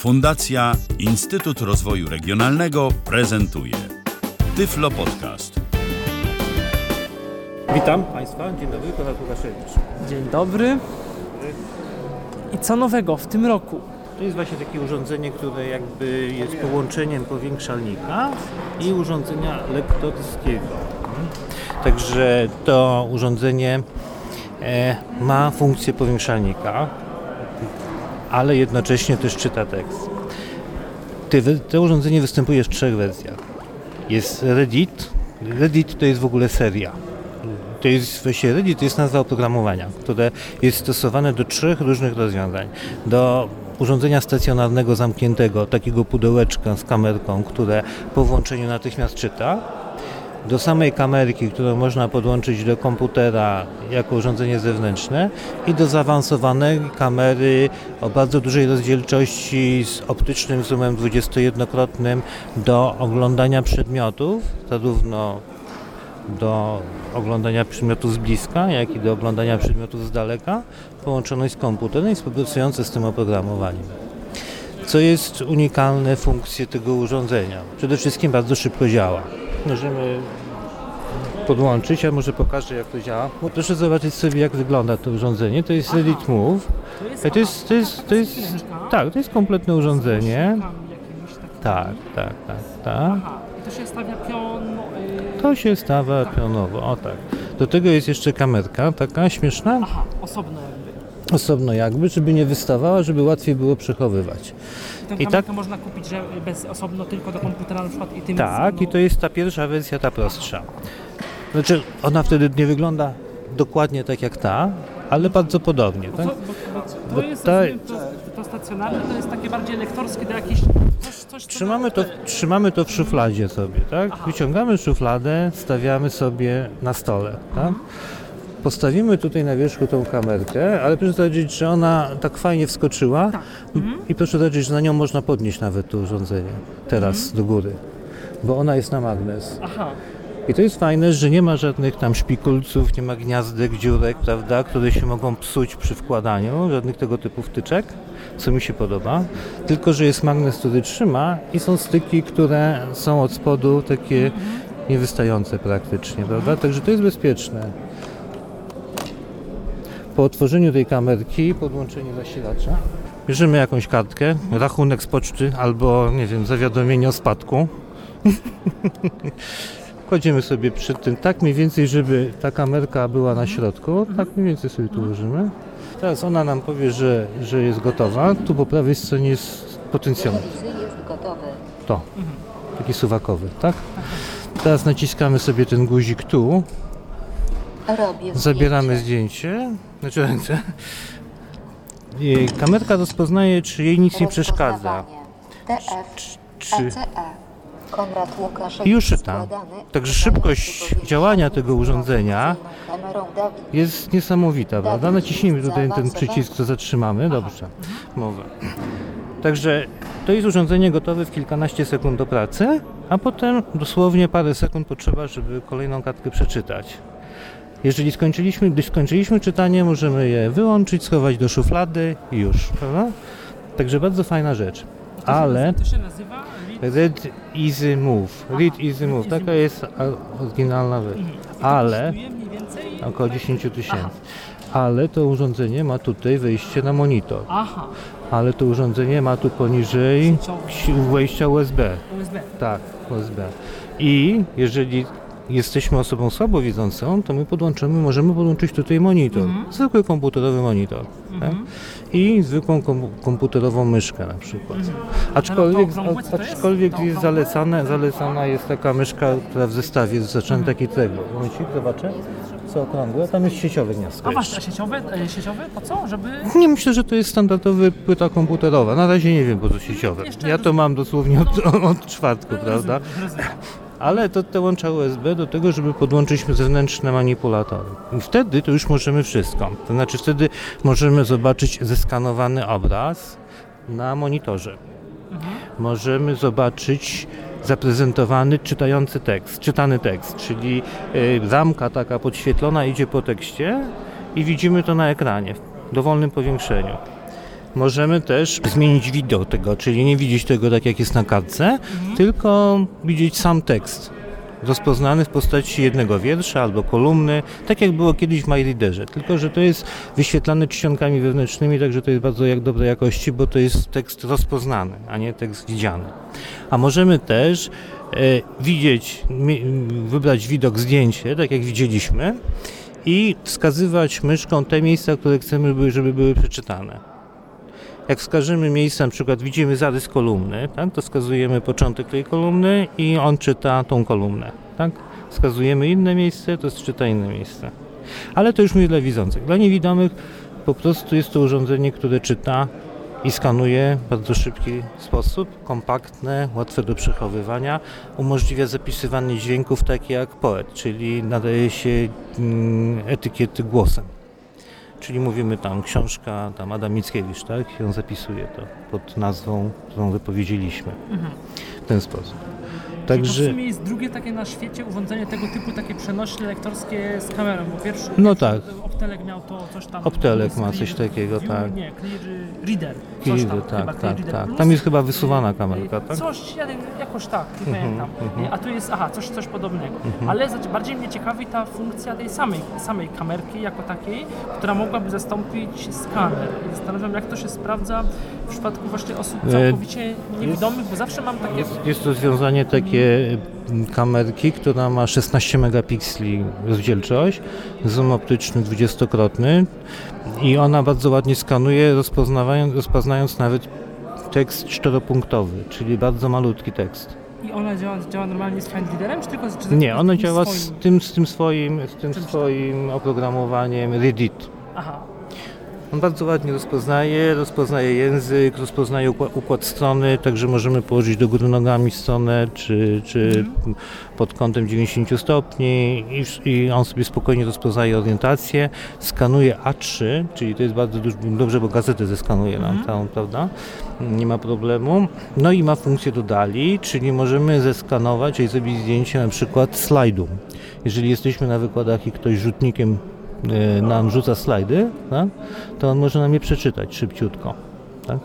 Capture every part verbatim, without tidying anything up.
Fundacja Instytut Rozwoju Regionalnego prezentuje Tyflo Podcast. Witam Państwa, dzień dobry, Konrad Łukaszewicz. Dzień dobry. I co nowego w tym roku? To jest właśnie takie urządzenie, które jakby jest połączeniem powiększalnika i urządzenia lektorskiego. Także to urządzenie e, ma funkcję powiększalnika, ale jednocześnie też czyta tekst. Te, to urządzenie występuje w trzech wersjach. Jest Reddit. Reddit to jest w ogóle seria. To jest właśnie Reddit to jest nazwa oprogramowania, które jest stosowane do trzech różnych rozwiązań. Do urządzenia stacjonarnego zamkniętego, takiego pudełeczka z kamerką, które po włączeniu natychmiast czyta. Do samej kamerki, którą można podłączyć do komputera jako urządzenie zewnętrzne i do zaawansowanej kamery o bardzo dużej rozdzielczości z optycznym zoomem dwudziestojednokrotnym do oglądania przedmiotów, zarówno do oglądania przedmiotów z bliska, jak i do oglądania przedmiotów z daleka, połączonej z komputerem i współpracujące z tym oprogramowaniem. Co jest unikalne funkcje tego urządzenia? Przede wszystkim bardzo szybko działa. Możemy podłączyć, ja może pokażę jak to działa. No, proszę zobaczyć sobie jak wygląda to urządzenie. To jest Reddit Move. To jest, to jest, to jest, tak, to jest kompletne urządzenie. Tak, tak, tak, tak. To się stawia pion... To się stawia pionowo, o tak. Do tego jest jeszcze kamerka, taka śmieszna. Aha, osobno jakby. Osobno jakby, żeby nie wystawała, żeby łatwiej było przechowywać. I tę I kamerkę tak, można kupić że bez osobno tylko do komputera na przykład i tym tak, jest, no... i to jest ta pierwsza wersja, ta prostsza. Znaczy, ona wtedy nie wygląda dokładnie tak jak ta, ale bardzo podobnie. Bo Tak? co, bo, bo, to Bo jest ta... to, to stacjonarne, to jest takie bardziej lektorskie do jakichś... Coś, coś, Trzymamy to, trzymamy to w szufladzie sobie, tak? Aha. Wyciągamy szufladę, stawiamy sobie na stole, tak? Postawimy tutaj na wierzchu tą kamerkę, ale proszę zobaczyć, że ona tak fajnie wskoczyła Tak. i proszę zobaczyć, że na nią można podnieść nawet to urządzenie teraz mhm. do góry, bo ona jest na magnes. Aha. I to jest fajne, że nie ma żadnych tam szpikulców, nie ma gniazdek, dziurek, prawda, które się mogą psuć przy wkładaniu, żadnych tego typu wtyczek, co mi się podoba, tylko że jest magnes, który trzyma i są styki, które są od spodu takie niewystające praktycznie, prawda, także to jest bezpieczne. Po otworzeniu tej kamerki, podłączeniu zasilacza, bierzemy jakąś kartkę, rachunek z poczty albo, nie wiem, zawiadomienie o spadku. Kładziemy sobie przed tym tak mniej więcej, żeby ta kamerka była na środku, tak mniej więcej sobie tu ułożymy. Teraz ona nam powie, że, że jest gotowa. Tu po prawej stronie jest potencjometr. Jest gotowy. To, taki suwakowy, tak? Teraz naciskamy sobie ten guzik tu. Robię Zabieramy zdjęcie. zdjęcie. Znaczy ręce. I kamerka rozpoznaje, czy jej nic nie przeszkadza. T F Czy... E C E. Konrad Łukaszewicz. I już czyta. Także szybkość działania tego urządzenia jest niesamowita, prawda? Naciśnijmy tutaj ten przycisk, co zatrzymamy. Dobrze. Mowa. Także to jest urządzenie gotowe w kilkanaście sekund do pracy, a potem dosłownie parę sekund potrzeba, żeby kolejną kartkę przeczytać. Jeżeli skończyliśmy, gdy skończyliśmy czytanie, możemy je wyłączyć, schować do szuflady i już, prawda? Także bardzo fajna rzecz. Ale To się nazywa... Reddit Easy Move. Reddit Easy Move, taka jest oryginalna wersja. Ale około dziesięć tysięcy. Ale to urządzenie ma tutaj wejście na monitor. Aha. Ale to urządzenie ma tu poniżej wejścia U S B. U S B. Tak, U S B. I jeżeli jesteśmy osobą słabowidzącą, to my podłączymy, możemy podłączyć tutaj monitor. Mhm. Zwykły komputerowy monitor. Mhm. Tak? I zwykłą kom- komputerową myszkę na przykład. Mhm. Aczkolwiek, a, aczkolwiek jest, jest zalecane, zalecana jest taka myszka, która w zestawie jest zaczęta mhm. taki tego. Momencik, zobaczę. Co okrągłe, tam jest sieciowe gniazdko. A właśnie, a sieciowe? E, sieciowe? Po co? Żeby... Nie, myślę, że to jest standardowy płyta komputerowa. Na razie nie wiem po co sieciowe. Ja to mam dosłownie od, od czwartku, no, prawda? Rozumiem, rozumiem. Ale to, to łącza U S B do tego, żeby podłączyć zewnętrzne manipulatory. I wtedy to już możemy wszystko. To znaczy wtedy możemy zobaczyć zeskanowany obraz na monitorze. Mhm. Możemy zobaczyć zaprezentowany czytający tekst, czytany tekst, czyli y, ramka taka podświetlona idzie po tekście i widzimy to na ekranie w dowolnym powiększeniu. Możemy też zmienić widok tego, czyli nie widzieć tego tak jak jest na kartce, mhm. tylko widzieć sam tekst rozpoznany w postaci jednego wiersza albo kolumny, tak jak było kiedyś w MyReaderze, tylko że to jest wyświetlane czcionkami wewnętrznymi, także to jest bardzo jak dobrej jakości, bo to jest tekst rozpoznany, a nie tekst widziany. A możemy też e, widzieć, mi, wybrać widok, zdjęcie, tak jak widzieliśmy, i wskazywać myszką te miejsca, które chcemy, żeby były przeczytane. Jak wskażemy miejsce, na przykład widzimy zarys kolumny, tak, to wskazujemy początek tej kolumny i on czyta tą kolumnę. Tak? Wskazujemy inne miejsce, to czyta inne miejsce. Ale to już mówię dla widzących. Dla niewidomych po prostu jest to urządzenie, które czyta i skanuje w bardzo szybki sposób, kompaktne, łatwe do przechowywania, umożliwia zapisywanie dźwięków takie jak poet, czyli nadaje się mm, etykiety głosem. Czyli mówimy tam książka, tam Adam Mickiewicz, tak? I on zapisuje to pod nazwą, którą wypowiedzieliśmy mhm. w ten sposób. Także w sumie jest drugie takie na świecie urządzenie tego typu, takie przenośne lektorskie z kamerą, bo pierwszy, no pierwszy tak. Optelek miał to coś tam. Optelek ma coś takiego, view, tak. Nie, Clear Reader. Clear, tam, tak, chyba, tak, Clear tak. Reader Tam jest chyba wysuwana kamerka, tak? Coś, ja jakoś tak, nie mm-hmm, pamiętam. Mm-hmm. A tu jest, aha, coś, coś podobnego. Mm-hmm. Ale bardziej mnie ciekawi ta funkcja tej samej, samej kamerki jako takiej, która mogłaby zastąpić skaner. I zastanawiam, jak to się sprawdza w przypadku właśnie osób całkowicie niewidomych, bo zawsze mam takie... Jest, jest rozwiązanie takie kamerki, która ma szesnaście megapikseli rozdzielczość, zoom optyczny dwudziestokrotny i ona bardzo ładnie skanuje, rozpoznając, rozpoznając nawet tekst czteropunktowy, czyli bardzo malutki tekst. I ona działa, działa normalnie z FindReaderem, czy tylko z czy Nie, ona działa swoim? z tym, z tym swoim, z tym swoim oprogramowaniem Reddit. Aha. On bardzo ładnie rozpoznaje, rozpoznaje język, rozpoznaje układ, układ strony, także możemy położyć do góry nogami stronę, czy, czy mm. pod kątem dziewięćdziesiąt stopni i, i on sobie spokojnie rozpoznaje orientację, skanuje A trzy, czyli to jest bardzo duż, dobrze, bo gazetę zeskanuje nam mm. całą, prawda? Nie ma problemu. No i ma funkcję dodali, czyli możemy zeskanować i zrobić zdjęcie na przykład slajdu. Jeżeli jesteśmy na wykładach i ktoś rzutnikiem nam rzuca slajdy, tak, to on może nam je przeczytać szybciutko, tak?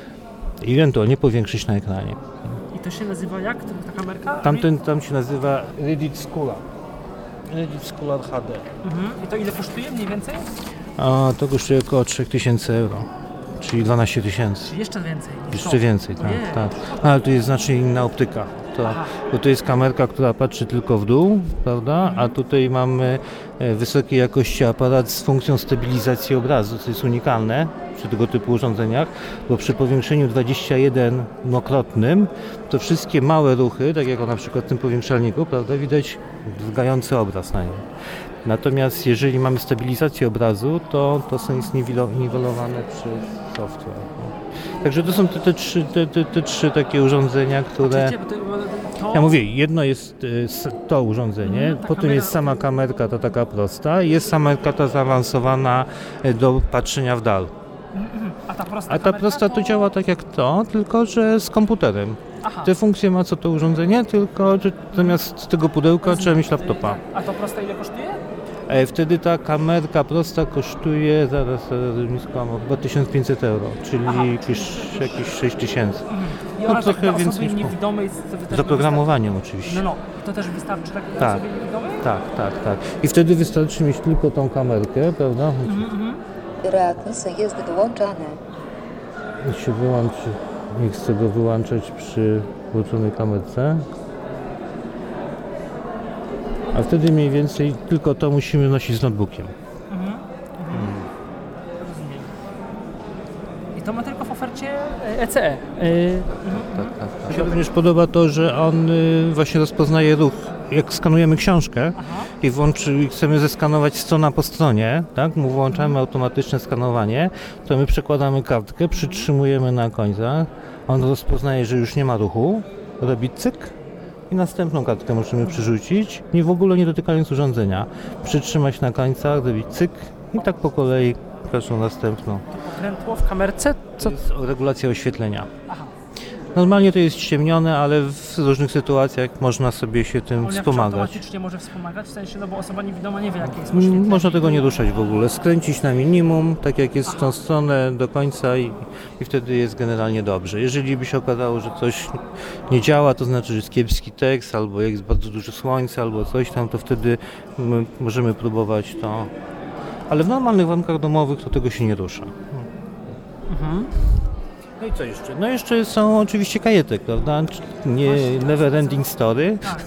I ewentualnie powiększyć na ekranie. I to się nazywa jak, ta kamerka? Tamten, tam się nazywa Reddit Scholar. Reddit Scholar H D. Mhm. I to ile kosztuje mniej więcej? A to kosztuje około trzy tysiące euro, czyli dwanaście tysięcy. Czyli jeszcze więcej. Jeszcze to. więcej, tak, Ojej. tak. Ale tu jest znacznie inna optyka. To, bo to jest kamerka, która patrzy tylko w dół, prawda? Mhm. A tutaj mamy wysokiej jakości aparat z funkcją stabilizacji obrazu, co jest unikalne przy tego typu urządzeniach, bo przy powiększeniu dwudziestu jednokrotnym to wszystkie małe ruchy, tak jak na przykład w tym powiększalniku, prawda, widać drgający obraz na nim. Natomiast jeżeli mamy stabilizację obrazu, to to są jest niwelowane przez software. Także to są te, te, trzy, te, te, te trzy takie urządzenia, które... Ja mówię, jedno jest to urządzenie, mm, potem kamera... jest sama kamerka, ta taka prosta, jest kamerka ta zaawansowana do patrzenia w dal. A ta prosta, A ta prosta to... to działa tak jak to, tylko że z komputerem. Aha. Te funkcje ma co to urządzenie, tylko że zamiast tego pudełka trzeba mieć laptopa. A to prosta ile kosztuje? Wtedy ta kamerka prosta kosztuje, zaraz, zaraz mi skłamał, chyba tysiąc pięćset euro, czyli Aha, jakieś, jakieś sześć tysięcy. I ona no trochę tak więcej niż niewidomej z, z oprogramowaniem oczywiście. No, no, to też wystarczy tak, tak osobie niewidomej? Tak, tak, tak. I wtedy wystarczy mieć tylko tą kamerkę, prawda? Mm-hmm. Reakys jest wyłączany. Niech się wyłączy, nie chcę go wyłączać przy włączonej kamerce. A wtedy mniej więcej tylko to musimy nosić z notebookiem. Mhm. Mhm. Rozumiem. I to ma tylko w ofercie E C E. Tak, tak, tak. Mi się również podoba to, że on właśnie rozpoznaje ruch. Jak skanujemy książkę Aha. i włączy, chcemy zeskanować strona po stronie, tak? Mu włączamy mhm. automatyczne skanowanie, to my przekładamy kartkę, przytrzymujemy na końcach, on rozpoznaje, że już nie ma ruchu, robi cyk, i następną kartkę możemy przerzucić, nie w ogóle nie dotykając urządzenia. Przytrzymać na końcach, zrobić cyk i tak po kolei każdą następną. Pokrętło w kamerce? Co? To jest regulacja oświetlenia. Aha. Normalnie to jest ściemnione, ale w różnych sytuacjach można sobie się tym On wspomagać. automatycznie może wspomagać, w sensie, no bo osoba niewidoma nie wie, jakie jest oświetlenie. Można tego nie ruszać w ogóle, skręcić na minimum, tak jak jest w tą stronę do końca i, i wtedy jest generalnie dobrze. Jeżeli by się okazało, że coś nie działa, to znaczy, że jest kiepski tekst, albo jest bardzo dużo słońca, albo coś tam, to wtedy my możemy próbować to. Ale w normalnych warunkach domowych to tego się nie rusza. Mhm. No i co jeszcze? No jeszcze są oczywiście kajetek, prawda? Nie Never Ending Story. Tak.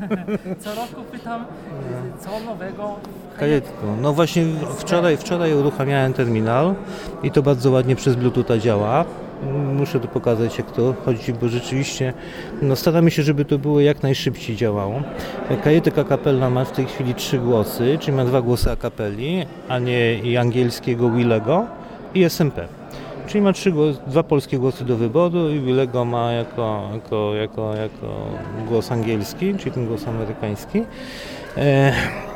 Co roku pytam, co nowego w Kajetką. No właśnie wczoraj, wczoraj uruchamiałem terminal i to bardzo ładnie przez Bluetootha działa. Muszę tu pokazać, jak to chodzi, bo rzeczywiście no staramy się, żeby to było jak najszybciej działało. Kajetek a cappella ma w tej chwili trzy głosy, czyli ma dwa głosy a cappelli, a nie i angielskiego Willego i S M P. Czyli ma trzy głos, dwa polskie głosy do wyboru i Willego ma jako, jako, jako, jako głos angielski, czyli ten głos amerykański. E,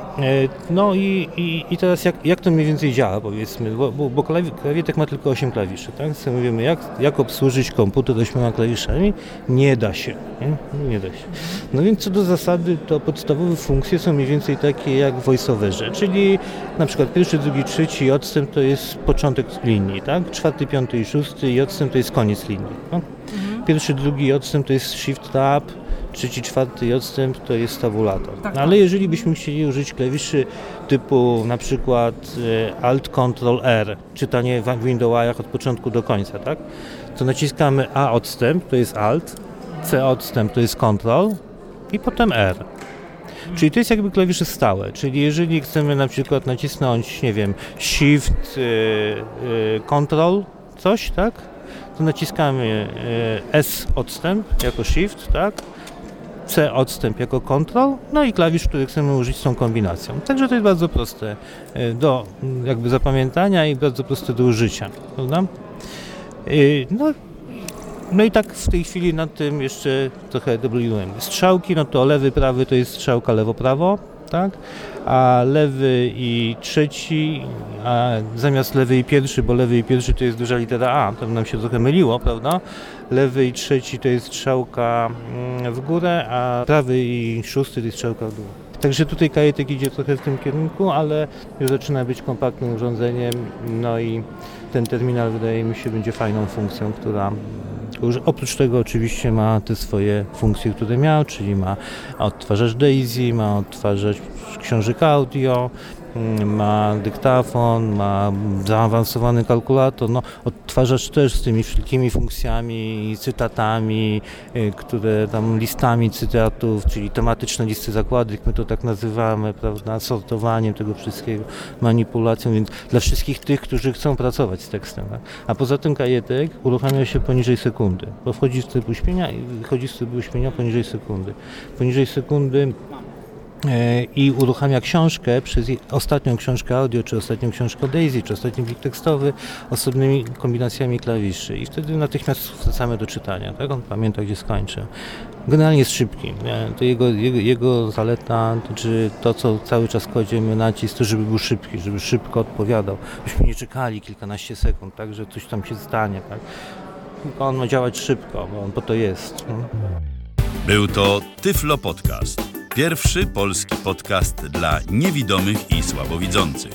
No i, i, i teraz jak, jak to mniej więcej działa, powiedzmy, bo, bo, bo klawietek ma tylko osiem klawiszy, tak? Co mówimy, jak, jak obsłużyć komputer ośmioma klawiszami? Nie da się, nie? Nie da się. No więc co do zasady, to podstawowe funkcje są mniej więcej takie jak w VoiceOverze, czyli na przykład pierwszy, drugi, trzeci i odstęp to jest początek linii, tak? Czwarty, piąty i szósty i odstęp to jest koniec linii. No? Pierwszy, drugi i odstęp to jest Shift Tab, trzeci, czwarty i odstęp to jest tabulator. Tak, no, ale jeżeli byśmy chcieli użyć klawiszy typu na przykład Alt Ctrl R, czytanie w Windowsach od początku do końca, tak? To naciskamy A odstęp, to jest Alt, C odstęp to jest Ctrl i potem R. Czyli to jest jakby klawisze stałe, czyli jeżeli chcemy na przykład nacisnąć, nie wiem, Shift, yy, yy, Ctrl, coś, tak? To naciskamy yy, S odstęp jako Shift, tak? C odstęp jako Ctrl, no i klawisz, który chcemy użyć z tą kombinacją. Także to jest bardzo proste do jakby zapamiętania i bardzo proste do użycia, prawda? No, no i tak w tej chwili nad tym jeszcze trochę dobudujemy. Strzałki, no to lewy, prawy to jest strzałka lewo-prawo, tak? A lewy i trzeci, a zamiast lewy i pierwszy, bo lewy i pierwszy to jest duża litera A, to nam się trochę myliło, prawda? Lewy i trzeci to jest strzałka w górę, a prawy i szósty to jest strzałka w dół. Także tutaj kajetek idzie trochę w tym kierunku, ale już zaczyna być kompaktnym urządzeniem, no i ten terminal wydaje mi się będzie fajną funkcją, która oprócz tego oczywiście ma te swoje funkcje, które miał, czyli ma odtwarzacz Daisy, ma odtwarzacz książek audio, ma dyktafon, ma zaawansowany kalkulator, no odtwarzacz też z tymi wszelkimi funkcjami i cytatami, które tam listami cytatów, czyli tematyczne listy zakładek, my to tak nazywamy, prawda, sortowaniem tego wszystkiego, manipulacją, więc dla wszystkich tych, którzy chcą pracować z tekstem. Tak? A poza tym kajetek uruchamia się poniżej sekundy, bo wchodzi w tryb uśpienia i wychodzi z trybu uśpienia poniżej sekundy. Poniżej sekundy i uruchamia książkę przez ostatnią książkę audio, czy ostatnią książkę Daisy, czy ostatni plik tekstowy osobnymi kombinacjami klawiszy i wtedy natychmiast wracamy do czytania, tak? On pamięta, gdzie skończy. Generalnie jest szybki. To jego, jego, jego zaleta, czy to, co cały czas kładziemy nacisk, to żeby był szybki, żeby szybko odpowiadał. Byśmy nie czekali kilkanaście sekund, tak, że coś tam się stanie, tak? Tylko on ma działać szybko, bo on po to jest. Był to Tyflo Podcast. Pierwszy polski podcast dla niewidomych i słabowidzących.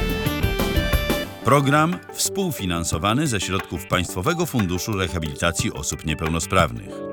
Program współfinansowany ze środków Państwowego Funduszu Rehabilitacji Osób Niepełnosprawnych.